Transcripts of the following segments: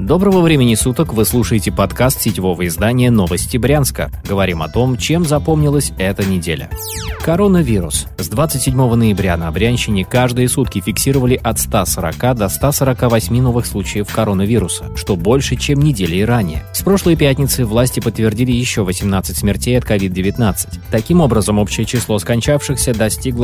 Доброго времени суток, вы слушаете подкаст сетевого издания «Новости Брянска». Говорим о том, чем запомнилась эта неделя. Коронавирус. С 27 ноября на Брянщине каждые сутки фиксировали от 140 до 148 новых случаев коронавируса, что больше, чем недели ранее. С прошлой пятницы власти подтвердили еще 18 смертей от COVID-19. Таким образом, общее число скончавшихся достигло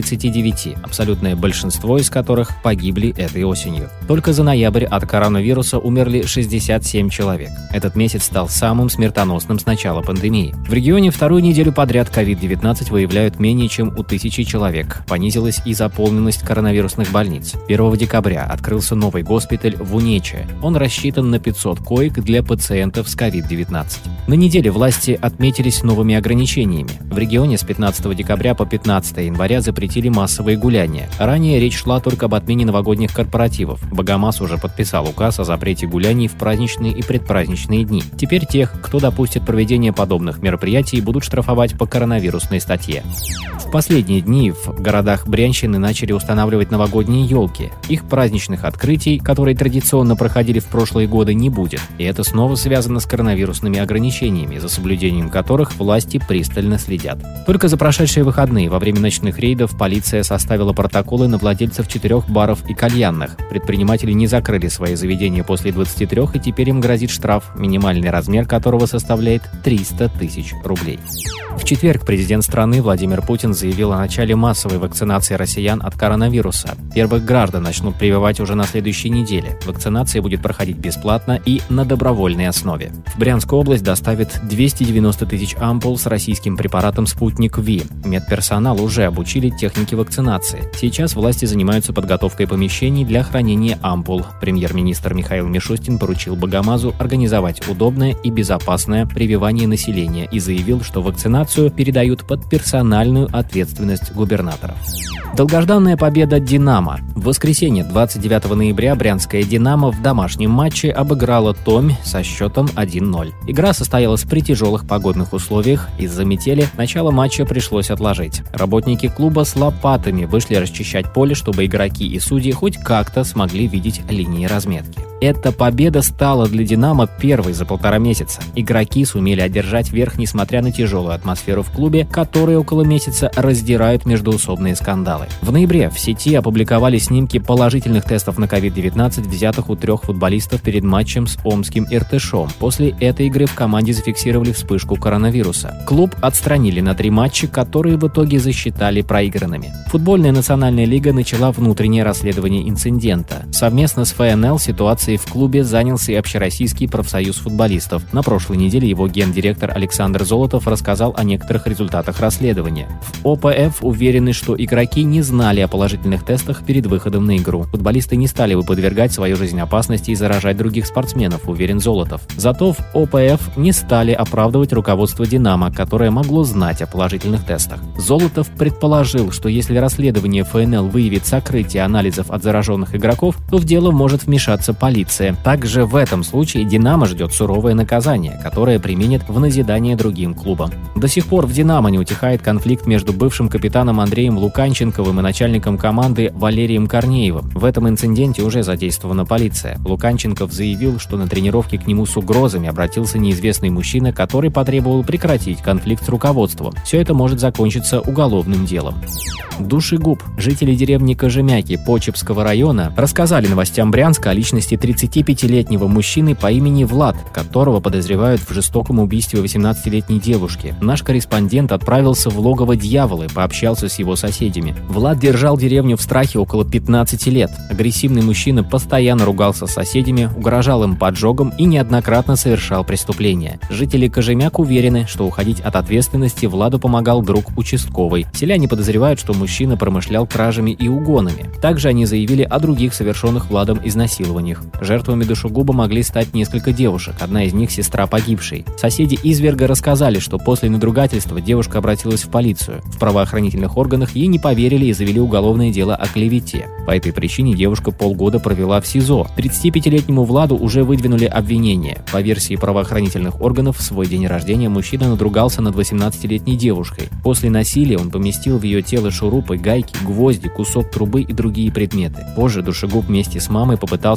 139, абсолютное большинство из которых погибли этой осенью. Только за ноябрь от коронавируса умерли 67 человек. Этот месяц стал самым смертоносным с начала пандемии. В регионе вторую неделю подряд COVID-19 выявляют менее чем у 1000 человек. Понизилась и заполненность коронавирусных больниц. 1 декабря открылся новый госпиталь в Унече. Он рассчитан на 500 коек для пациентов с COVID-19. На неделе власти отметились новыми ограничениями. В регионе с 15 декабря по 15 января запретили массовые гуляния. Ранее речь шла только об отмене новогодних корпоративов. Богомаз уже подписал указ о запрете гуляний в праздничные и предпраздничные дни. Теперь тех, кто допустит проведение подобных мероприятий, будут штрафовать по коронавирусной статье. В последние дни в городах Брянщины начали устанавливать новогодние елки. Их праздничных открытий, которые традиционно проходили в прошлые годы, не будет. И это снова связано с коронавирусными ограничениями, за соблюдением которых власти пристально следят. Только за прошедшие выходные во время ночных рейдов полиция составила протоколы на владельцев 4 баров и кальянных. Предприниматели не закрыли свои заведения после 23, и теперь им грозит штраф, минимальный размер которого составляет 300 тысяч рублей. В четверг президент страны Владимир Путин заявил о начале массовой вакцинации россиян от коронавируса. Первых граждан начнут прививать уже на следующей неделе. Вакцинация будет проходить бесплатно и на добровольной основе. В Брянскую область доставят 290 тысяч ампул с российским препаратом «Спутник Ви». Медперсонал уже обучили технике вакцинации. Сейчас власти занимаются подготовкой помещений для хранения ампул. Премьер-министр Михаил Мишустин поручил Богомазу организовать удобное и безопасное прививание населения и заявил, что вакцинацию передают под персональную ответственность губернаторов. Долгожданная победа «Динамо». В воскресенье 29 ноября брянская «Динамо» в домашнем матче обыграла Томь со счетом 1-0. Игра состоялась при тяжелых погодных условиях. Из-за метели начало матча пришлось отложить. Работники клуба с лопатами вышли расчищать поле, чтобы игроки и судьи хоть как-то смогли видеть линии разметки. Эта победа стала для «Динамо» первой за 1,5 месяца. Игроки сумели одержать верх, несмотря на тяжелую атмосферу в клубе, которые около месяца раздирают междоусобные скандалы. В ноябре в сети опубликовали снимки положительных тестов на COVID-19, взятых у 3 футболистов перед матчем с омским Иртышом. После этой игры в команде зафиксировали вспышку коронавируса. Клуб отстранили на 3 матча, которые в итоге засчитали проигранными. Футбольная национальная лига начала внутреннее расследование инцидента. Совместно с ФНЛ ситуацией в клубе занялся и Общероссийский профсоюз футболистов. На прошлой неделе его гендиректор Александр Золотов рассказал о некоторых результатах расследования. В ОПФ уверены, что игроки не знали о положительных тестах перед выходом на игру. Футболисты не стали бы подвергать свою жизнь опасности и заражать других спортсменов, уверен Золотов. Зато в ОПФ не стали оправдывать руководство «Динамо», которое могло знать о положительных тестах. Золотов предположил, что если расследование ФНЛ выявит сокрытие анализов от зараженных игроков, то в дело может вмешаться полиция. Также в этом случае «Динамо» ждет суровое наказание, которое применит в назидание другим клубам. До сих пор в «Динамо» не утихает конфликт между бывшим капитаном Андреем Луканченковым и начальником команды Валерием Корнеевым. В этом инциденте уже задействована полиция. Луканченков заявил, что на тренировке к нему с угрозами обратился неизвестный мужчина, который потребовал прекратить конфликт с руководством. Все это может закончиться уголовным делом. Душегуб. Жители деревни Кожемяки Почепского района рассказали новостям Брянска о личности 35-летнего мужчины по имени Влад, которого подозревают в жестоком убийстве 18-летней девушки. Наш корреспондент отправился в логово дьявола и пообщался с его соседями. Влад держал деревню в страхе около 15 лет. Агрессивный мужчина постоянно ругался с соседями, угрожал им поджогом и неоднократно совершал преступления. Жители Кожемяк уверены, что уходить от ответственности Владу помогал друг участковый. Селяне подозревают, что мужчина промышлял кражами и угонами. Также они заявили о других совершенных Владом изнасилованиях. Жертвами душегуба могли стать несколько девушек, одна из них сестра погибшей. Соседи изверга рассказали, что после надругательства девушка обратилась в полицию. В правоохранительных органах ей не поверили и завели уголовное дело о клевете. По этой причине девушка полгода провела в СИЗО. 35-летнему Владу уже выдвинули обвинение. По версии правоохранительных органов, в свой день рождения мужчина надругался над 18-летней девушкой. После насилия он поместил в ее тело шурупы, гайки, гвозди, кусок трубы и другие предметы. Позже душегуб вместе с мамой попытался скрыть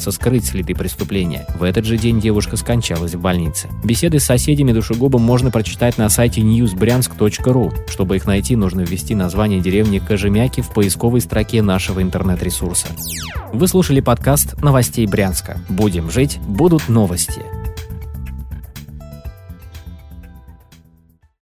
скрыть следы преступления. В этот же день девушка скончалась в больнице. Беседы с соседями душегубом можно прочитать на сайте newsbryansk.ru. Чтобы их найти, нужно ввести название деревни Кожемяки в поисковой строке нашего интернет-ресурса. Вы слушали подкаст новостей Брянска. Будем жить, будут новости.